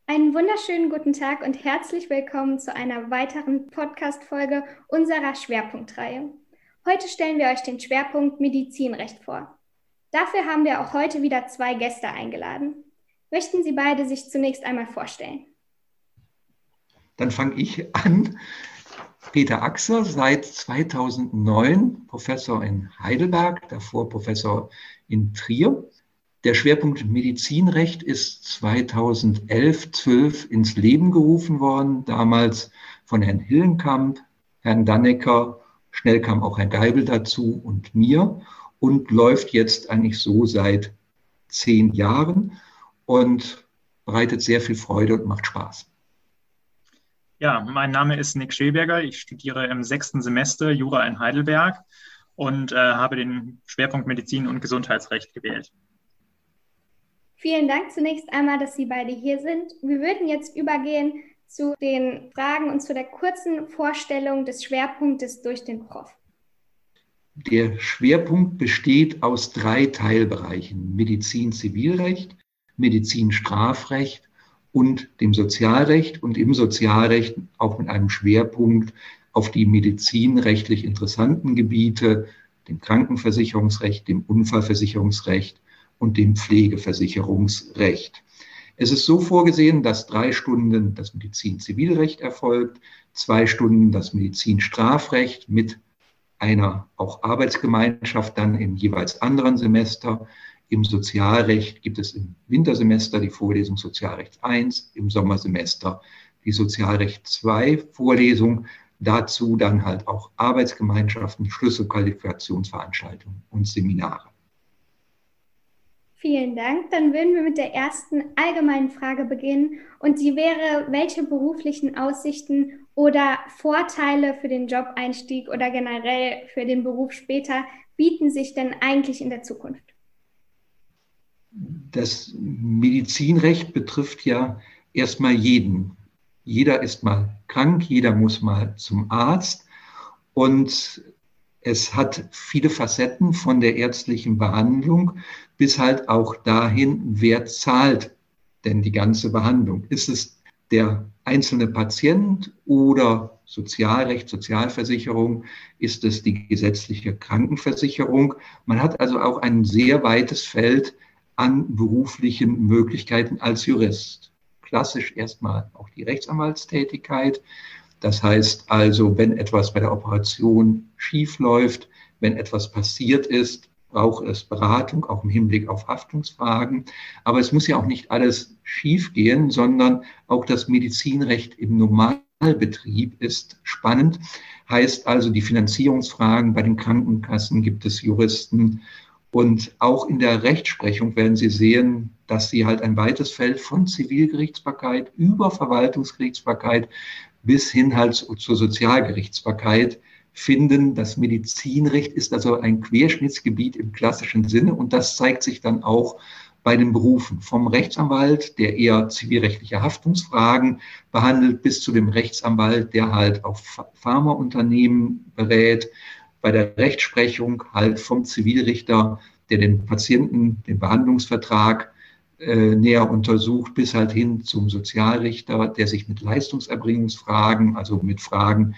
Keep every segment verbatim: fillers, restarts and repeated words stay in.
Einen wunderschönen guten Tag und herzlich willkommen zu einer weiteren Podcast-Folge unserer Schwerpunktreihe. Heute stellen wir euch den Schwerpunkt Medizinrecht vor. Dafür haben wir auch heute wieder zwei Gäste eingeladen. Möchten Sie beide sich zunächst einmal vorstellen? Dann fange ich an. Peter Axer, seit zweitausendneun Professor in Heidelberg, davor Professor in Trier. Der Schwerpunkt Medizinrecht ist zweitausendelf, zwölf ins Leben gerufen worden, damals von Herrn Hillenkamp, Herrn Dannecker, schnell kam auch Herr Geibel dazu und mir und läuft jetzt eigentlich so seit zehn Jahren und bereitet sehr viel Freude und macht Spaß. Ja, mein Name ist Nick Schilberger. Ich studiere im sechsten Semester Jura in Heidelberg und äh, habe den Schwerpunkt Medizin und Gesundheitsrecht gewählt. Vielen Dank zunächst einmal, dass Sie beide hier sind. Wir würden jetzt übergehen zu den Fragen und zu der kurzen Vorstellung des Schwerpunktes durch den Prof. Der Schwerpunkt besteht aus drei Teilbereichen: Medizin-Zivilrecht, Medizin-Strafrecht und dem Sozialrecht, und im Sozialrecht auch mit einem Schwerpunkt auf die medizinrechtlich interessanten Gebiete, dem Krankenversicherungsrecht, dem Unfallversicherungsrecht und dem Pflegeversicherungsrecht. Es ist so vorgesehen, dass drei Stunden das Medizin-Zivilrecht erfolgt, zwei Stunden das Medizin-Strafrecht mit einer auch Arbeitsgemeinschaft dann im jeweils anderen Semester. Im Sozialrecht gibt es im Wintersemester die Vorlesung Sozialrecht eins, im Sommersemester die Sozialrecht zwei Vorlesung. Dazu dann halt auch Arbeitsgemeinschaften, Schlüsselqualifikationsveranstaltungen und Seminare. Vielen Dank. Dann würden wir mit der ersten allgemeinen Frage beginnen. Und die wäre, welche beruflichen Aussichten oder Vorteile für den Jobeinstieg oder generell für den Beruf später bieten sich denn eigentlich in der Zukunft? Das Medizinrecht betrifft ja erstmal jeden. Jeder ist mal krank, jeder muss mal zum Arzt. Und es hat viele Facetten, von der ärztlichen Behandlung bis halt auch dahin, wer zahlt denn die ganze Behandlung? Ist es der einzelne Patient oder Sozialrecht, Sozialversicherung? Ist es die gesetzliche Krankenversicherung? Man hat also auch ein sehr weites Feld an beruflichen Möglichkeiten als Jurist. Klassisch erstmal auch die Rechtsanwaltstätigkeit. Das heißt also, wenn etwas bei der Operation schief läuft, wenn etwas passiert ist, braucht es Beratung, auch im Hinblick auf Haftungsfragen. Aber es muss ja auch nicht alles schief gehen, sondern auch das Medizinrecht im Normalbetrieb ist spannend. Heißt also, die Finanzierungsfragen bei den Krankenkassen gibt es Juristen. Und auch in der Rechtsprechung werden Sie sehen, dass Sie halt ein weites Feld von Zivilgerichtsbarkeit über Verwaltungsgerichtsbarkeit bis hin halt zur Sozialgerichtsbarkeit finden. Das Medizinrecht ist also ein Querschnittsgebiet im klassischen Sinne, und das zeigt sich dann auch bei den Berufen. Vom Rechtsanwalt, der eher zivilrechtliche Haftungsfragen behandelt, bis zu dem Rechtsanwalt, der halt auch Pharmaunternehmen berät. Bei der Rechtsprechung halt vom Zivilrichter, der den Patienten, den Behandlungsvertrag äh, näher untersucht, bis halt hin zum Sozialrichter, der sich mit Leistungserbringungsfragen, also mit Fragen,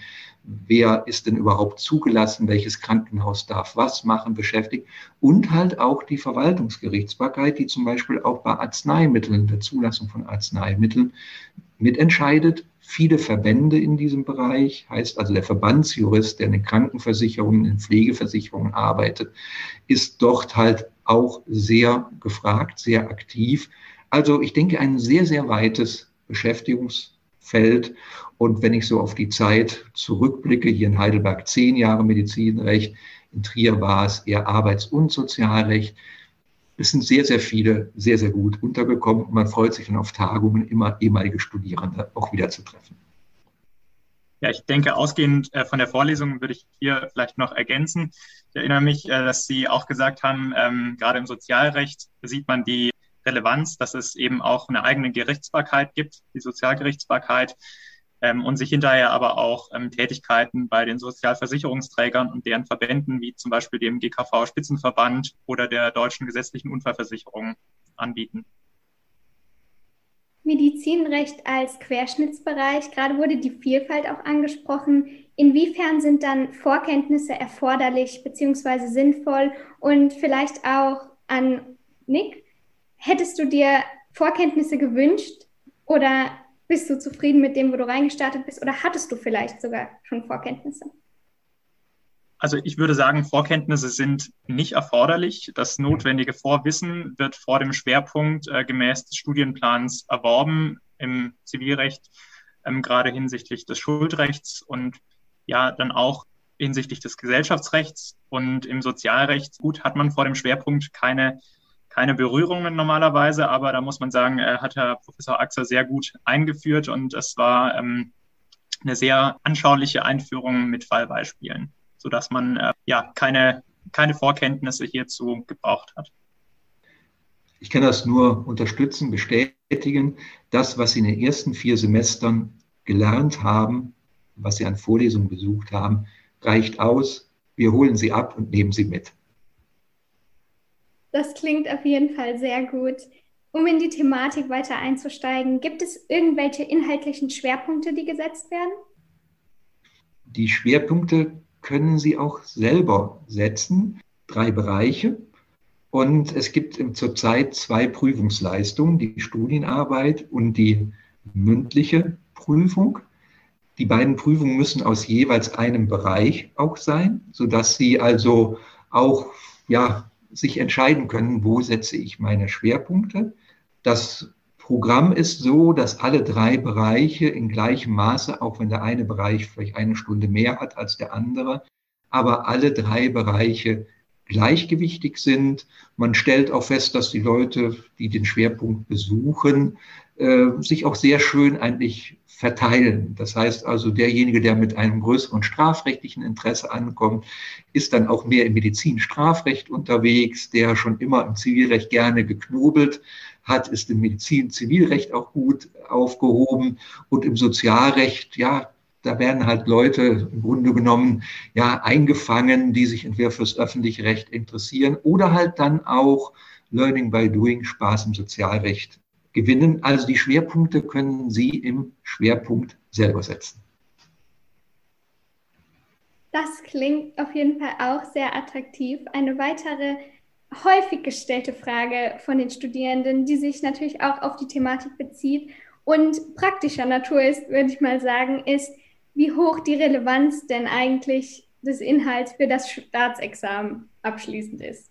wer ist denn überhaupt zugelassen, welches Krankenhaus darf was machen, beschäftigt. Und halt auch die Verwaltungsgerichtsbarkeit, die zum Beispiel auch bei Arzneimitteln, der Zulassung von Arzneimitteln mitentscheidet. Viele Verbände in diesem Bereich, heißt also der Verbandsjurist, der in den Krankenversicherungen, in Pflegeversicherungen arbeitet, ist dort halt auch sehr gefragt, sehr aktiv. Also ich denke, ein sehr, sehr weites Beschäftigungsfeld. Und wenn ich so auf die Zeit zurückblicke, hier in Heidelberg zehn Jahre Medizinrecht, in Trier war es eher Arbeits- und Sozialrecht. Es sind sehr, sehr viele sehr, sehr gut untergekommen, und man freut sich dann auf Tagungen, immer ehemalige Studierende auch wieder zu treffen. Ja, ich denke, ausgehend äh, von der Vorlesung würde ich hier vielleicht noch ergänzen. Ich erinnere mich, äh, dass Sie auch gesagt haben, ähm, gerade im Sozialrecht sieht man die Relevanz, dass es eben auch eine eigene Gerichtsbarkeit gibt, die Sozialgerichtsbarkeit, ähm, und sich hinterher aber auch ähm, Tätigkeiten bei den Sozialversicherungsträgern und deren Verbänden, wie zum Beispiel dem G K V-Spitzenverband oder der Deutschen Gesetzlichen Unfallversicherung, anbieten. Medizinrecht als Querschnittsbereich, gerade wurde die Vielfalt auch angesprochen. Inwiefern sind dann Vorkenntnisse erforderlich bzw. sinnvoll? Und vielleicht auch an Nick, hättest du dir Vorkenntnisse gewünscht oder bist du zufrieden mit dem, wo du reingestartet bist, oder hattest du vielleicht sogar schon Vorkenntnisse? Also ich würde sagen, Vorkenntnisse sind nicht erforderlich. Das notwendige Vorwissen wird vor dem Schwerpunkt äh, gemäß des Studienplans erworben im Zivilrecht, ähm, gerade hinsichtlich des Schuldrechts und ja dann auch hinsichtlich des Gesellschaftsrechts. Und im Sozialrecht, gut, hat man vor dem Schwerpunkt keine, keine Berührungen normalerweise, aber da muss man sagen, äh, hat Herr Professor Axer sehr gut eingeführt und es war ähm, eine sehr anschauliche Einführung mit Fallbeispielen, sodass man äh, ja keine, keine Vorkenntnisse hierzu gebraucht hat. Ich kann das nur unterstützen, bestätigen. Das, was Sie in den ersten vier Semestern gelernt haben, was Sie an Vorlesungen besucht haben, reicht aus. Wir holen Sie ab und nehmen Sie mit. Das klingt auf jeden Fall sehr gut. Um in die Thematik weiter einzusteigen, gibt es irgendwelche inhaltlichen Schwerpunkte, die gesetzt werden? Die Schwerpunkte können Sie auch selber setzen. Drei Bereiche. Und es gibt zurzeit zwei Prüfungsleistungen, die Studienarbeit und die mündliche Prüfung. Die beiden Prüfungen müssen aus jeweils einem Bereich auch sein, sodass Sie also auch ja, sich entscheiden können, wo setze ich meine Schwerpunkte. Das Programm ist so, dass alle drei Bereiche in gleichem Maße, auch wenn der eine Bereich vielleicht eine Stunde mehr hat als der andere, aber alle drei Bereiche gleichgewichtig sind. Man stellt auch fest, dass die Leute, die den Schwerpunkt besuchen, äh, sich auch sehr schön eigentlich verteilen. Das heißt also, derjenige, der mit einem größeren strafrechtlichen Interesse ankommt, ist dann auch mehr im Medizin-Strafrecht unterwegs, der schon immer im Zivilrecht gerne geknobelt hat, ist im Medizin-Zivilrecht auch gut aufgehoben und im Sozialrecht, ja, da werden halt Leute im Grunde genommen ja eingefangen, die sich entweder fürs öffentliche Recht interessieren oder halt dann auch Learning by Doing, Spaß im Sozialrecht gewinnen. Also die Schwerpunkte können Sie im Schwerpunkt selber setzen. Das klingt auf jeden Fall auch sehr attraktiv. Eine weitere häufig gestellte Frage von den Studierenden, die sich natürlich auch auf die Thematik bezieht und praktischer Natur ist, würde ich mal sagen, ist, wie hoch die Relevanz denn eigentlich des Inhalts für das Staatsexamen abschließend ist.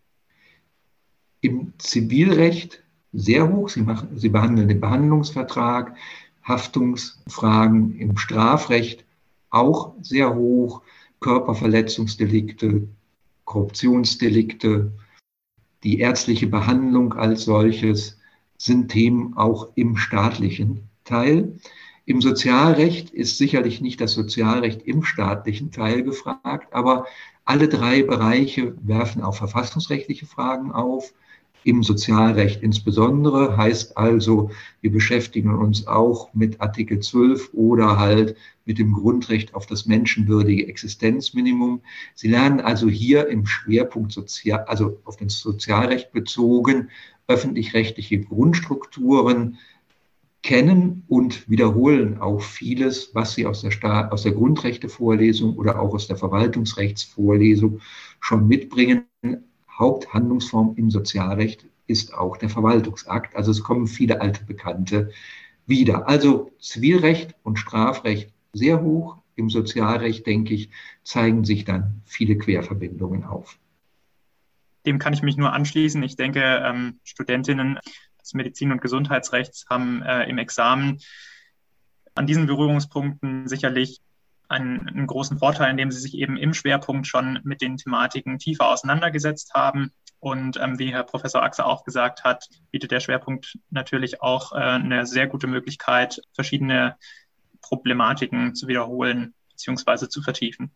Im Zivilrecht sehr hoch. Sie, machen, Sie behandeln den Behandlungsvertrag, Haftungsfragen im Strafrecht auch sehr hoch, Körperverletzungsdelikte, Korruptionsdelikte, die ärztliche Behandlung als solches sind Themen auch im staatlichen Teil. Im Sozialrecht ist sicherlich nicht das Sozialrecht im staatlichen Teil gefragt, aber alle drei Bereiche werfen auch verfassungsrechtliche Fragen auf. Im Sozialrecht insbesondere heißt also, wir beschäftigen uns auch mit Artikel zwölf oder halt mit dem Grundrecht auf das menschenwürdige Existenzminimum. Sie lernen also hier im Schwerpunkt Sozial, also auf das Sozialrecht bezogen, öffentlich-rechtliche Grundstrukturen kennen und wiederholen auch vieles, was Sie aus der, Sta- aus der Grundrechtevorlesung oder auch aus der Verwaltungsrechtsvorlesung schon mitbringen. Haupthandlungsform im Sozialrecht ist auch der Verwaltungsakt. Also es kommen viele alte Bekannte wieder. Also Zivilrecht und Strafrecht sehr hoch. Im Sozialrecht, denke ich, zeigen sich dann viele Querverbindungen auf. Dem kann ich mich nur anschließen. Ich denke, ähm, Studentinnen des Medizin- und Gesundheitsrechts haben äh, im Examen an diesen Berührungspunkten sicherlich einen, einen großen Vorteil, indem sie sich eben im Schwerpunkt schon mit den Thematiken tiefer auseinandergesetzt haben. Und ähm, wie Herr Professor Axer auch gesagt hat, bietet der Schwerpunkt natürlich auch äh, eine sehr gute Möglichkeit, verschiedene Problematiken zu wiederholen bzw. zu vertiefen.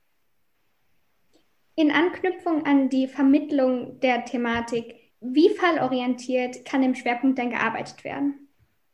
In Anknüpfung an die Vermittlung der Thematik, wie fallorientiert kann im Schwerpunkt denn gearbeitet werden?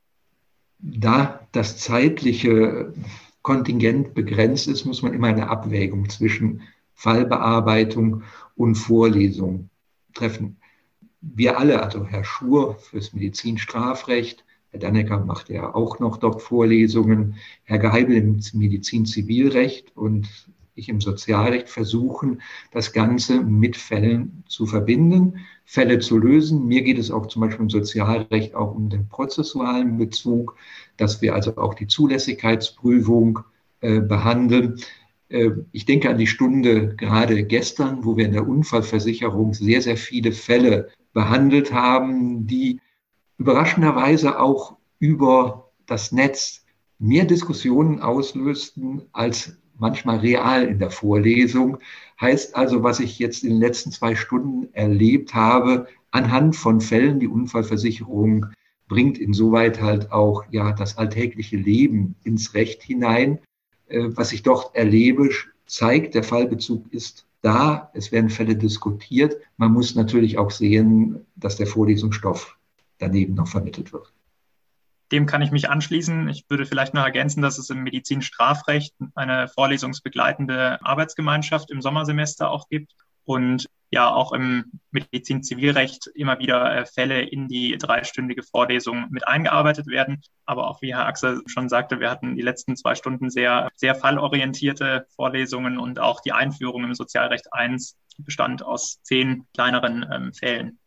Da das zeitliche Kontingent begrenzt ist, muss man immer eine Abwägung zwischen Fallbearbeitung und Vorlesung treffen. Wir alle, also Herr Schur fürs Medizinstrafrecht, Herr Dannecker macht ja auch noch dort Vorlesungen. Herr Geibel im Medizin-Zivilrecht und ich im Sozialrecht versuchen, das Ganze mit Fällen zu verbinden, Fälle zu lösen. Mir geht es auch zum Beispiel im Sozialrecht auch um den prozessualen Bezug, dass wir also auch die Zulässigkeitsprüfung äh, behandeln. Äh, ich denke an die Stunde gerade gestern, wo wir in der Unfallversicherung sehr, sehr viele Fälle behandelt haben, die überraschenderweise auch über das Netz mehr Diskussionen auslösten als manchmal real in der Vorlesung. Heißt also, was ich jetzt in den letzten zwei Stunden erlebt habe, anhand von Fällen, die Unfallversicherung bringt insoweit halt auch ja das alltägliche Leben ins Recht hinein. Was ich dort erlebe, zeigt, der Fallbezug ist da, es werden Fälle diskutiert. Man muss natürlich auch sehen, dass der Vorlesungsstoff daneben noch vermittelt wird. Dem kann ich mich anschließen. Ich würde vielleicht noch ergänzen, dass es im Medizinstrafrecht eine vorlesungsbegleitende Arbeitsgemeinschaft im Sommersemester auch gibt und ja auch im Medizinzivilrecht immer wieder Fälle in die dreistündige Vorlesung mit eingearbeitet werden. Aber auch wie Herr Axer schon sagte, wir hatten die letzten zwei Stunden sehr, sehr fallorientierte Vorlesungen und auch die Einführung im Sozialrecht eins bestand aus zehn kleineren ähm, Fällen.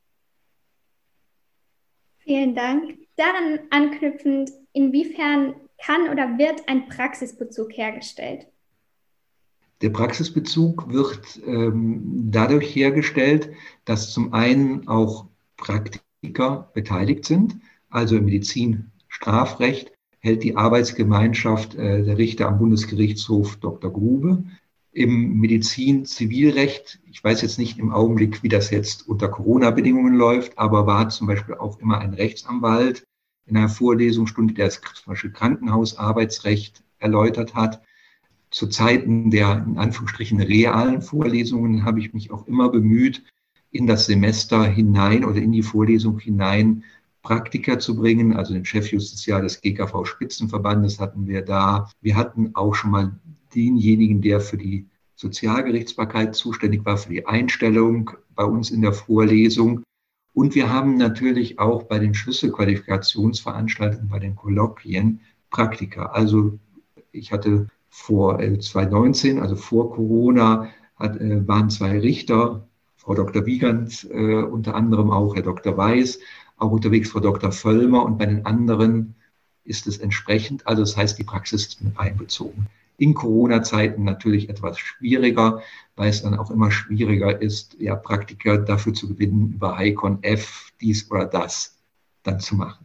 Vielen Dank. Daran anknüpfend, inwiefern kann oder wird ein Praxisbezug hergestellt? Der Praxisbezug wird ähm, dadurch hergestellt, dass zum einen auch Praktiker beteiligt sind. Also im Medizinstrafrecht hält die Arbeitsgemeinschaft äh, der Richter am Bundesgerichtshof Doktor Grube. Im Medizin-Zivilrecht, ich weiß jetzt nicht im Augenblick, wie das jetzt unter Corona-Bedingungen läuft, aber war zum Beispiel auch immer ein Rechtsanwalt in einer Vorlesungsstunde, der zum Beispiel Krankenhausarbeitsrecht erläutert hat. Zu Zeiten der in Anführungsstrichen realen Vorlesungen habe ich mich auch immer bemüht, in das Semester hinein oder in die Vorlesung hinein Praktiker zu bringen. Also den Chefjustiziar des G K V-Spitzenverbandes hatten wir da. Wir hatten auch schon mal denjenigen, der für die Sozialgerichtsbarkeit zuständig war, für die Einstellung bei uns in der Vorlesung. Und wir haben natürlich auch bei den Schlüsselqualifikationsveranstaltungen, bei den Kolloquien Praktiker. Also ich hatte vor zwanzig neunzehn, also vor Corona, hat, äh, waren zwei Richter, Frau Doktor Wiegand, äh, unter anderem auch Herr Doktor Weiß, auch unterwegs Frau Doktor Völlmer und bei den anderen ist es entsprechend. Also das heißt, die Praxis ist mit einbezogen. In Corona-Zeiten natürlich etwas schwieriger, weil es dann auch immer schwieriger ist, ja, Praktiker dafür zu gewinnen, über HiCon F dies oder das dann zu machen.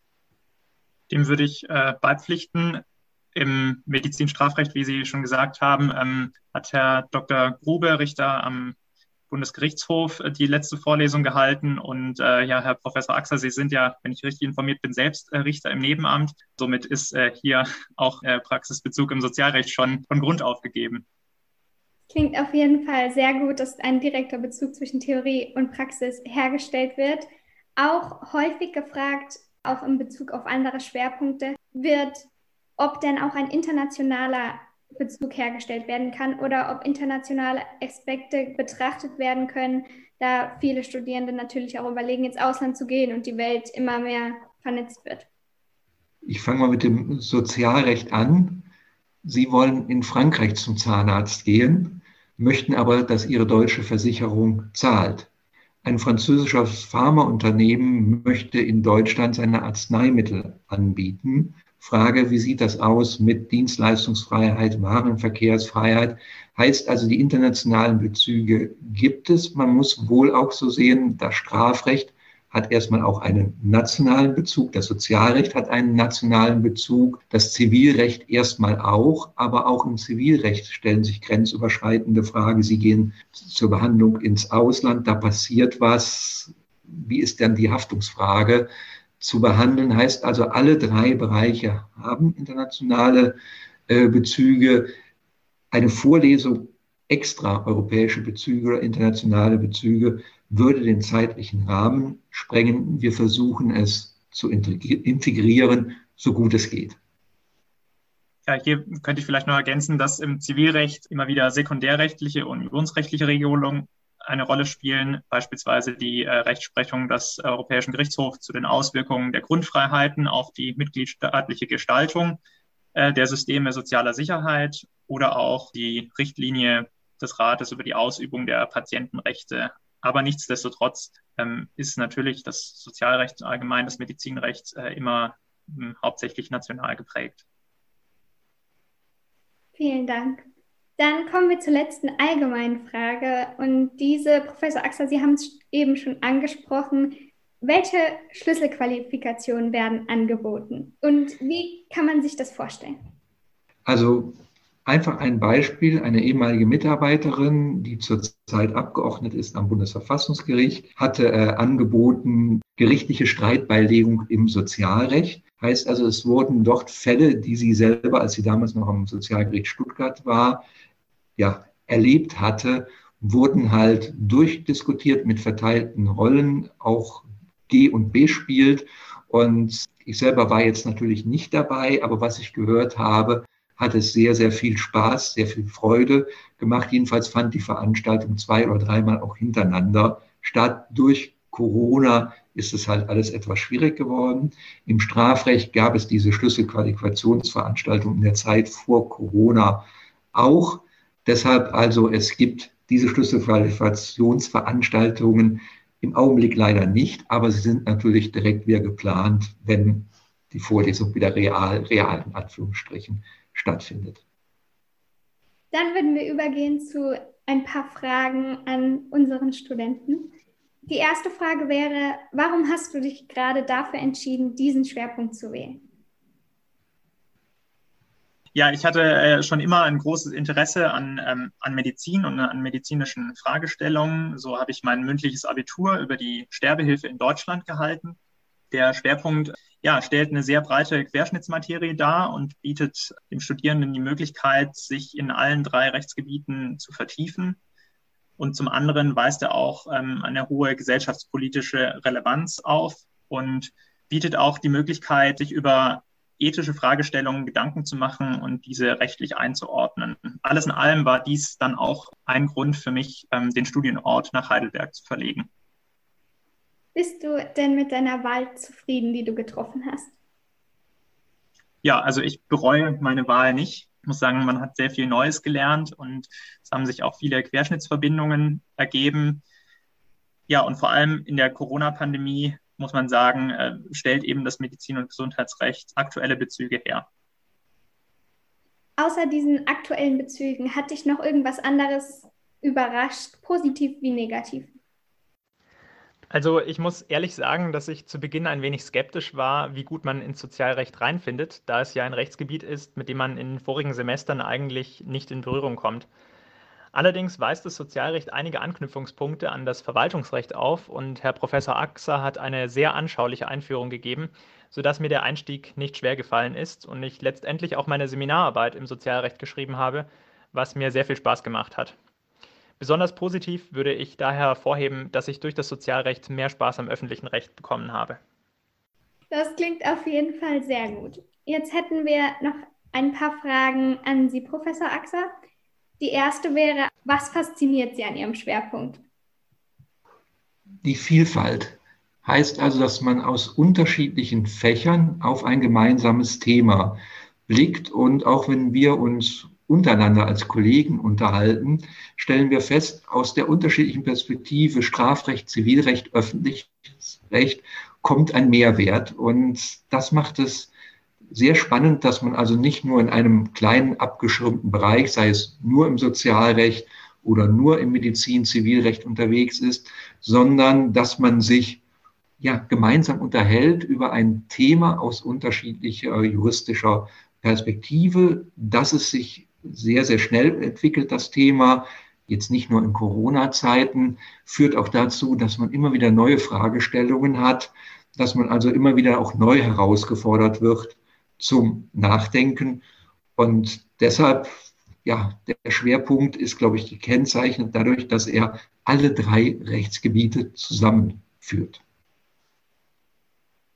Dem würde ich äh, beipflichten. Im Medizinstrafrecht, wie Sie schon gesagt haben, ähm, hat Herr Doktor Grube, Richter am Bundesgerichtshof, die letzte Vorlesung gehalten. Und äh, ja, Herr Professor Axer, Sie sind ja, wenn ich richtig informiert bin, selbst äh, Richter im Nebenamt. Somit ist äh, hier auch äh, Praxisbezug im Sozialrecht schon von Grund auf gegeben. Klingt auf jeden Fall sehr gut, dass ein direkter Bezug zwischen Theorie und Praxis hergestellt wird. Auch häufig gefragt, auch in Bezug auf andere Schwerpunkte, wird, ob denn auch ein internationaler Bezug hergestellt werden kann oder ob internationale Aspekte betrachtet werden können, da viele Studierende natürlich auch überlegen, ins Ausland zu gehen und die Welt immer mehr vernetzt wird. Ich fange mal mit dem Sozialrecht an. Sie wollen in Frankreich zum Zahnarzt gehen, möchten aber, dass Ihre deutsche Versicherung zahlt. Ein französisches Pharmaunternehmen möchte in Deutschland seine Arzneimittel anbieten. Frage, wie sieht das aus mit Dienstleistungsfreiheit, Warenverkehrsfreiheit? Heißt also, die internationalen Bezüge gibt es. Man muss wohl auch so sehen, das Strafrecht hat erstmal auch einen nationalen Bezug, das Sozialrecht hat einen nationalen Bezug, das Zivilrecht erstmal auch, aber auch im Zivilrecht stellen sich grenzüberschreitende Fragen. Sie gehen zur Behandlung ins Ausland, da passiert was. Wie ist dann die Haftungsfrage zu behandeln? Heißt also, alle drei Bereiche haben internationale äh, Bezüge. Eine Vorlesung extra europäische Bezüge oder internationale Bezüge würde den zeitlichen Rahmen sprengen. Wir versuchen es zu integrieren, so gut es geht. Ja, hier könnte ich vielleicht noch ergänzen, dass im Zivilrecht immer wieder sekundärrechtliche und unionsrechtliche Regelungen eine Rolle spielen, beispielsweise die äh, Rechtsprechung des Europäischen Gerichtshofs zu den Auswirkungen der Grundfreiheiten auf die mitgliedstaatliche Gestaltung äh, der Systeme sozialer Sicherheit oder auch die Richtlinie des Rates über die Ausübung der Patientenrechte. Aber nichtsdestotrotz ähm, ist natürlich das Sozialrecht, allgemein das Medizinrecht, äh, immer äh, hauptsächlich national geprägt. Vielen Dank. Dann kommen wir zur letzten allgemeinen Frage. Und diese, Professor Axer, Sie haben es eben schon angesprochen. Welche Schlüsselqualifikationen werden angeboten? Und wie kann man sich das vorstellen? Also einfach ein Beispiel. Eine ehemalige Mitarbeiterin, die zurzeit abgeordnet ist am Bundesverfassungsgericht, hatte äh, angeboten, gerichtliche Streitbeilegung im Sozialrecht. Heißt also, es wurden dort Fälle, die sie selber, als sie damals noch am Sozialgericht Stuttgart war, ja, erlebt hatte, wurden halt durchdiskutiert mit verteilten Rollen, auch G- und B-spielt. Und ich selber war jetzt natürlich nicht dabei, aber was ich gehört habe, hat es sehr, sehr viel Spaß, sehr viel Freude gemacht. Jedenfalls fand die Veranstaltung zwei oder dreimal auch hintereinander statt. Durch Corona ist es halt alles etwas schwierig geworden. Im Strafrecht gab es diese Schlüsselqualifikationsveranstaltung in der Zeit vor Corona auch. Deshalb also, es gibt diese Schlüsselqualifikationsveranstaltungen im Augenblick leider nicht, aber sie sind natürlich direkt wieder geplant, wenn die Vorlesung wieder real, real in Anführungsstrichen stattfindet. Dann würden wir übergehen zu ein paar Fragen an unseren Studenten. Die erste Frage wäre, warum hast du dich gerade dafür entschieden, diesen Schwerpunkt zu wählen? Ja, ich hatte äh, schon immer ein großes Interesse an, ähm, an Medizin und an medizinischen Fragestellungen. So habe ich mein mündliches Abitur über die Sterbehilfe in Deutschland gehalten. Der Schwerpunkt ja, stellt eine sehr breite Querschnittsmaterie dar und bietet dem Studierenden die Möglichkeit, sich in allen drei Rechtsgebieten zu vertiefen. Und zum anderen weist er auch ähm, eine hohe gesellschaftspolitische Relevanz auf und bietet auch die Möglichkeit, sich über ethische Fragestellungen Gedanken zu machen und diese rechtlich einzuordnen. Alles in allem war dies dann auch ein Grund für mich, ähm, den Studienort nach Heidelberg zu verlegen. Bist du denn mit deiner Wahl zufrieden, die du getroffen hast? Ja, also ich bereue meine Wahl nicht. Ich muss sagen, man hat sehr viel Neues gelernt und es haben sich auch viele Querschnittsverbindungen ergeben. Ja, und vor allem in der Corona-Pandemie, muss man sagen, äh, stellt eben das Medizin- und Gesundheitsrecht aktuelle Bezüge her. Außer diesen aktuellen Bezügen, hat dich noch irgendwas anderes überrascht, positiv wie negativ? Also ich muss ehrlich sagen, dass ich zu Beginn ein wenig skeptisch war, wie gut man ins Sozialrecht reinfindet, da es ja ein Rechtsgebiet ist, mit dem man in vorigen Semestern eigentlich nicht in Berührung kommt. Allerdings weist das Sozialrecht einige Anknüpfungspunkte an das Verwaltungsrecht auf und Herr Professor Axer hat eine sehr anschauliche Einführung gegeben, sodass mir der Einstieg nicht schwer gefallen ist und ich letztendlich auch meine Seminararbeit im Sozialrecht geschrieben habe, was mir sehr viel Spaß gemacht hat. Besonders positiv würde ich daher hervorheben, dass ich durch das Sozialrecht mehr Spaß am öffentlichen Recht bekommen habe. Das klingt auf jeden Fall sehr gut. Jetzt hätten wir noch ein paar Fragen an Sie, Professor Axer. Die erste wäre, was fasziniert Sie an Ihrem Schwerpunkt? Die Vielfalt heißt also, dass man aus unterschiedlichen Fächern auf ein gemeinsames Thema blickt. Und auch wenn wir uns untereinander als Kollegen unterhalten, stellen wir fest, aus der unterschiedlichen Perspektive Strafrecht, Zivilrecht, öffentliches Recht kommt ein Mehrwert. Und das macht es sehr spannend, dass man also nicht nur in einem kleinen abgeschirmten Bereich, sei es nur im Sozialrecht oder nur im Medizin-, Zivilrecht unterwegs ist, sondern dass man sich ja gemeinsam unterhält über ein Thema aus unterschiedlicher juristischer Perspektive, dass es sich sehr, sehr schnell entwickelt, das Thema, jetzt nicht nur in Corona-Zeiten, führt auch dazu, dass man immer wieder neue Fragestellungen hat, dass man also immer wieder auch neu herausgefordert wird zum Nachdenken. Und deshalb, ja, der Schwerpunkt ist, glaube ich, gekennzeichnet dadurch, dass er alle drei Rechtsgebiete zusammenführt.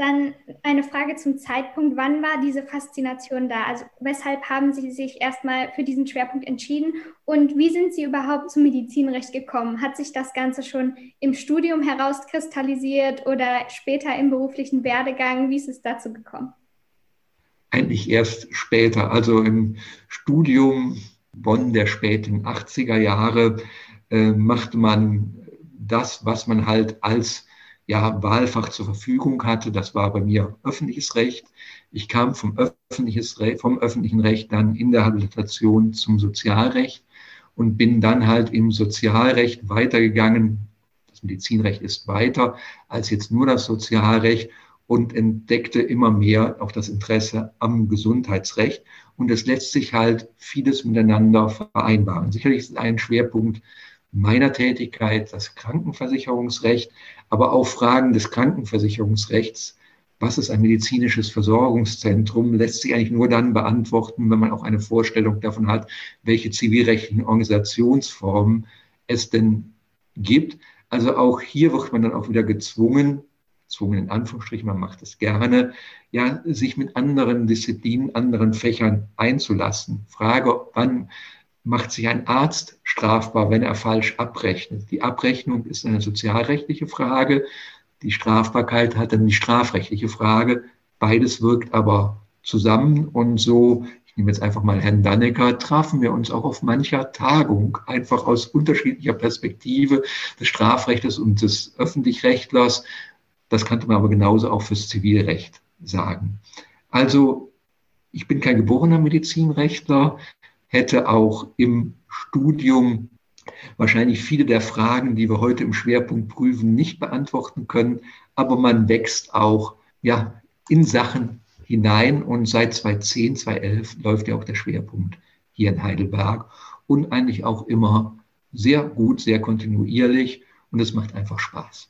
Dann eine Frage zum Zeitpunkt. Wann war diese Faszination da? Also weshalb haben Sie sich erstmal für diesen Schwerpunkt entschieden und wie sind Sie überhaupt zum Medizinrecht gekommen? Hat sich das Ganze schon im Studium herauskristallisiert oder später im beruflichen Werdegang? Wie ist es dazu gekommen? Eigentlich erst später, also im Studium Bonn der späten achtziger Jahre äh, machte man das, was man halt als ja, Wahlfach zur Verfügung hatte. Das war bei mir öffentliches Recht. Ich kam vom, öffentliches Recht, vom öffentlichen Recht dann in der Habilitation zum Sozialrecht und bin dann halt im Sozialrecht weitergegangen. Das Medizinrecht ist weiter als jetzt nur das Sozialrecht und entdeckte immer mehr auch das Interesse am Gesundheitsrecht. Und es lässt sich halt vieles miteinander vereinbaren. Sicherlich ist ein Schwerpunkt meiner Tätigkeit das Krankenversicherungsrecht, aber auch Fragen des Krankenversicherungsrechts. Was ist ein medizinisches Versorgungszentrum? Lässt sich eigentlich nur dann beantworten, wenn man auch eine Vorstellung davon hat, welche zivilrechtlichen Organisationsformen es denn gibt. Also auch hier wird man dann auch wieder gezwungen, gezwungen in Anführungsstrichen, man macht es gerne, ja, sich mit anderen Disziplinen, anderen Fächern einzulassen. Frage, wann macht sich ein Arzt strafbar, wenn er falsch abrechnet? Die Abrechnung ist eine sozialrechtliche Frage. Die Strafbarkeit hat dann die strafrechtliche Frage. Beides wirkt aber zusammen. Und so, ich nehme jetzt einfach mal Herrn Dannecker, trafen wir uns auch auf mancher Tagung, einfach aus unterschiedlicher Perspektive des Strafrechtes und des Öffentlichrechtlers. Das könnte man aber genauso auch fürs Zivilrecht sagen. Also, ich bin kein geborener Medizinrechtler, hätte auch im Studium wahrscheinlich viele der Fragen, die wir heute im Schwerpunkt prüfen, nicht beantworten können. Aber man wächst auch ja, in Sachen hinein. Und seit zweitausendzehn, zweitausendelf läuft ja auch der Schwerpunkt hier in Heidelberg. Und eigentlich auch immer sehr gut, sehr kontinuierlich. Und es macht einfach Spaß.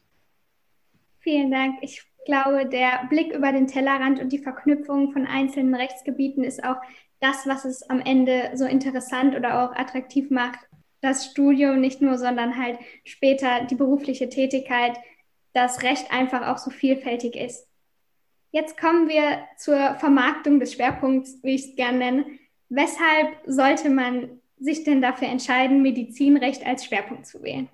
Vielen Dank. Ich glaube, der Blick über den Tellerrand und die Verknüpfung von einzelnen Rechtsgebieten ist auch das, was es am Ende so interessant oder auch attraktiv macht, das Studium nicht nur, sondern halt später die berufliche Tätigkeit, das Recht einfach auch so vielfältig ist. Jetzt kommen wir zur Vermarktung des Schwerpunkts, wie ich es gerne nenne. Weshalb sollte man sich denn dafür entscheiden, Medizinrecht als Schwerpunkt zu wählen?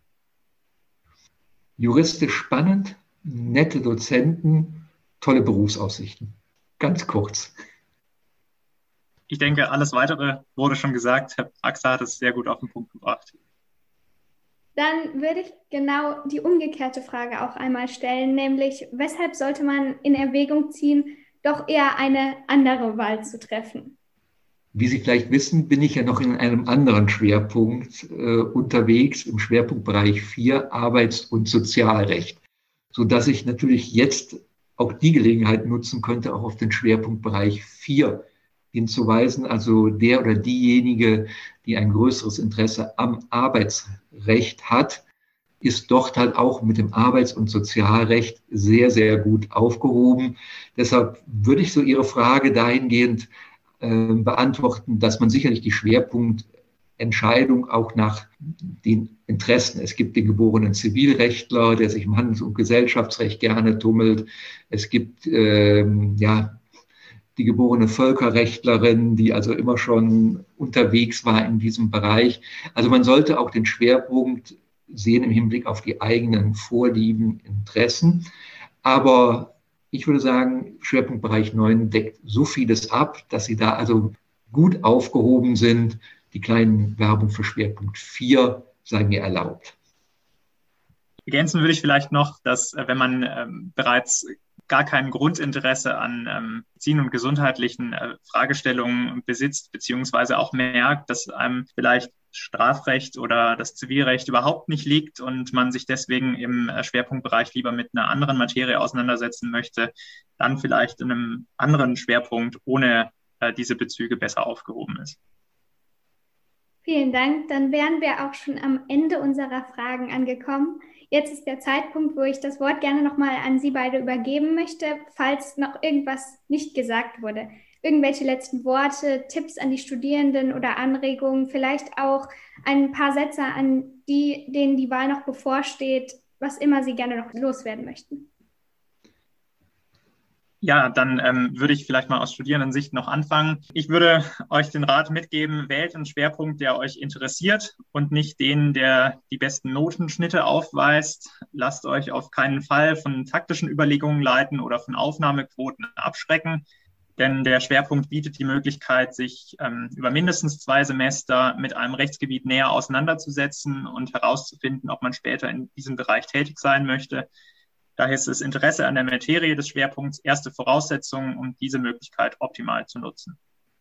Juristisch spannend, nette Dozenten, tolle Berufsaussichten. Ganz kurz. Ich denke, alles Weitere wurde schon gesagt. Herr Axer hat es sehr gut auf den Punkt gebracht. Dann würde ich genau die umgekehrte Frage auch einmal stellen, nämlich weshalb sollte man in Erwägung ziehen, doch eher eine andere Wahl zu treffen? Wie Sie vielleicht wissen, bin ich ja noch in einem anderen Schwerpunkt äh, unterwegs, im Schwerpunktbereich vier, Arbeits- und Sozialrecht, sodass ich natürlich jetzt auch die Gelegenheit nutzen könnte, auch auf den Schwerpunktbereich vier hinzuweisen. Also der oder diejenige, die ein größeres Interesse am Arbeitsrecht hat, ist dort halt auch mit dem Arbeits- und Sozialrecht sehr, sehr gut aufgehoben. Deshalb würde ich so Ihre Frage dahingehend äh, beantworten, dass man sicherlich die Schwerpunktentscheidung auch nach den Interessen. Es gibt den geborenen Zivilrechtler, der sich im Handels- und Gesellschaftsrecht gerne tummelt. Es gibt ähm, ja die geborene Völkerrechtlerin, die also immer schon unterwegs war in diesem Bereich. Also man sollte auch den Schwerpunkt sehen im Hinblick auf die eigenen Vorlieben, Interessen. Aber ich würde sagen, Schwerpunktbereich neun deckt so vieles ab, dass Sie da also gut aufgehoben sind. Die kleinen Werbung für Schwerpunkt vier sei mir erlaubt. Ergänzen würde ich vielleicht noch, dass wenn man ähm, bereits gar kein Grundinteresse an ähm, Medizin und gesundheitlichen äh, Fragestellungen besitzt, beziehungsweise auch merkt, dass einem vielleicht Strafrecht oder das Zivilrecht überhaupt nicht liegt und man sich deswegen im äh, Schwerpunktbereich lieber mit einer anderen Materie auseinandersetzen möchte, dann vielleicht in einem anderen Schwerpunkt ohne äh, diese Bezüge besser aufgehoben ist. Vielen Dank. Dann wären wir auch schon am Ende unserer Fragen angekommen. Jetzt ist der Zeitpunkt, wo ich das Wort gerne nochmal an Sie beide übergeben möchte, falls noch irgendwas nicht gesagt wurde. Irgendwelche letzten Worte, Tipps an die Studierenden oder Anregungen, vielleicht auch ein paar Sätze an die, denen die Wahl noch bevorsteht, was immer Sie gerne noch loswerden möchten. Ja, dann ähm, würde ich vielleicht mal aus Studierendensicht noch anfangen. Ich würde euch den Rat mitgeben, wählt einen Schwerpunkt, der euch interessiert und nicht den, der die besten Notenschnitte aufweist. Lasst euch auf keinen Fall von taktischen Überlegungen leiten oder von Aufnahmequoten abschrecken, denn der Schwerpunkt bietet die Möglichkeit, sich ähm, über mindestens zwei Semester mit einem Rechtsgebiet näher auseinanderzusetzen und herauszufinden, ob man später in diesem Bereich tätig sein möchte. Daher ist das Interesse an der Materie des Schwerpunkts erste Voraussetzung, um diese Möglichkeit optimal zu nutzen.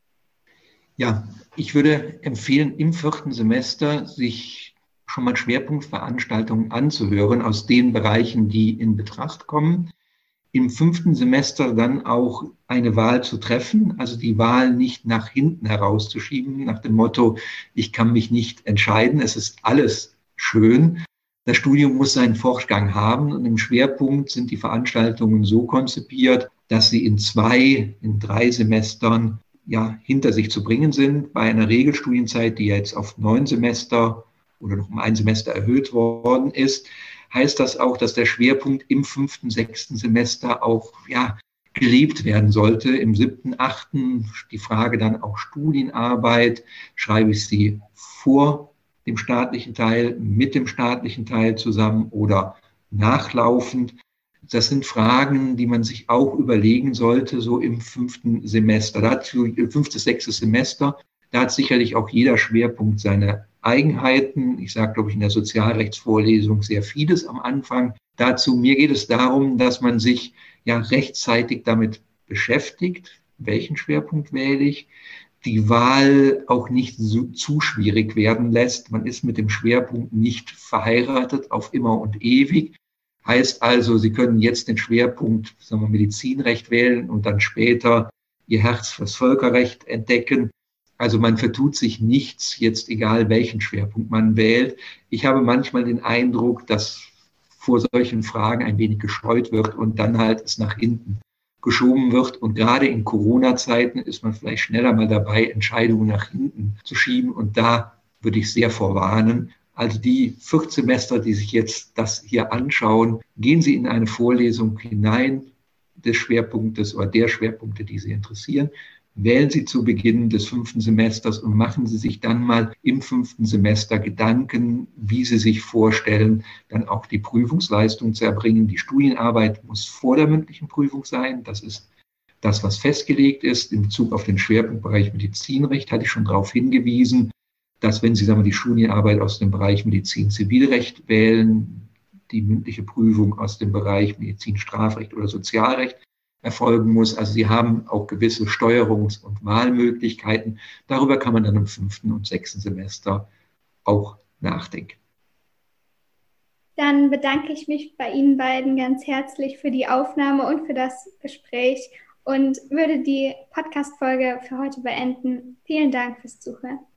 Ja, ich würde empfehlen, im vierten Semester sich schon mal Schwerpunktveranstaltungen anzuhören aus den Bereichen, die in Betracht kommen. Im fünften Semester dann auch eine Wahl zu treffen, also die Wahl nicht nach hinten herauszuschieben, nach dem Motto, ich kann mich nicht entscheiden, es ist alles schön. Das Studium muss seinen Fortgang haben und im Schwerpunkt sind die Veranstaltungen so konzipiert, dass sie in zwei, in drei Semestern ja hinter sich zu bringen sind. Bei einer Regelstudienzeit, die jetzt auf neun Semester oder noch um ein Semester erhöht worden ist, heißt das auch, dass der Schwerpunkt im fünften, sechsten Semester auch ja, gelebt werden sollte. Im siebten, achten die Frage dann auch Studienarbeit, schreibe ich sie vor dem staatlichen Teil, mit dem staatlichen Teil zusammen oder nachlaufend. Das sind Fragen, die man sich auch überlegen sollte, so im fünften Semester. Dazu, fünftes, sechstes Semester, da hat sicherlich auch jeder Schwerpunkt seine Eigenheiten. Ich sage, glaube ich, in der Sozialrechtsvorlesung sehr vieles am Anfang dazu. Mir geht es darum, dass man sich ja rechtzeitig damit beschäftigt, welchen Schwerpunkt wähle ich, die Wahl auch nicht so, zu schwierig werden lässt. Man ist mit dem Schwerpunkt nicht verheiratet auf immer und ewig. Heißt also, Sie können jetzt den Schwerpunkt, sagen wir, Medizinrecht wählen und dann später Ihr Herz fürs Völkerrecht entdecken. Also man vertut sich nichts, jetzt egal welchen Schwerpunkt man wählt. Ich habe manchmal den Eindruck, dass vor solchen Fragen ein wenig gescheut wird und dann halt es nach hinten geschoben wird. Und gerade in Corona-Zeiten ist man vielleicht schneller mal dabei, Entscheidungen nach hinten zu schieben. Und da würde ich sehr vorwarnen. Also die vierzehn Semester, die sich jetzt das hier anschauen, gehen Sie in eine Vorlesung hinein des Schwerpunktes oder der Schwerpunkte, die Sie interessieren. Wählen Sie zu Beginn des fünften Semesters und machen Sie sich dann mal im fünften Semester Gedanken, wie Sie sich vorstellen, dann auch die Prüfungsleistung zu erbringen. Die Studienarbeit muss vor der mündlichen Prüfung sein. Das ist das, was festgelegt ist. In Bezug auf den Schwerpunktbereich Medizinrecht hatte ich schon darauf hingewiesen, dass wenn Sie sagen wir, die Studienarbeit aus dem Bereich Medizin-Zivilrecht wählen, die mündliche Prüfung aus dem Bereich Medizin-Strafrecht oder Sozialrecht erfolgen muss. Also Sie haben auch gewisse Steuerungs- und Wahlmöglichkeiten. Darüber kann man dann im fünften und sechsten Semester auch nachdenken. Dann bedanke ich mich bei Ihnen beiden ganz herzlich für die Aufnahme und für das Gespräch und würde die Podcast-Folge für heute beenden. Vielen Dank fürs Zuhören.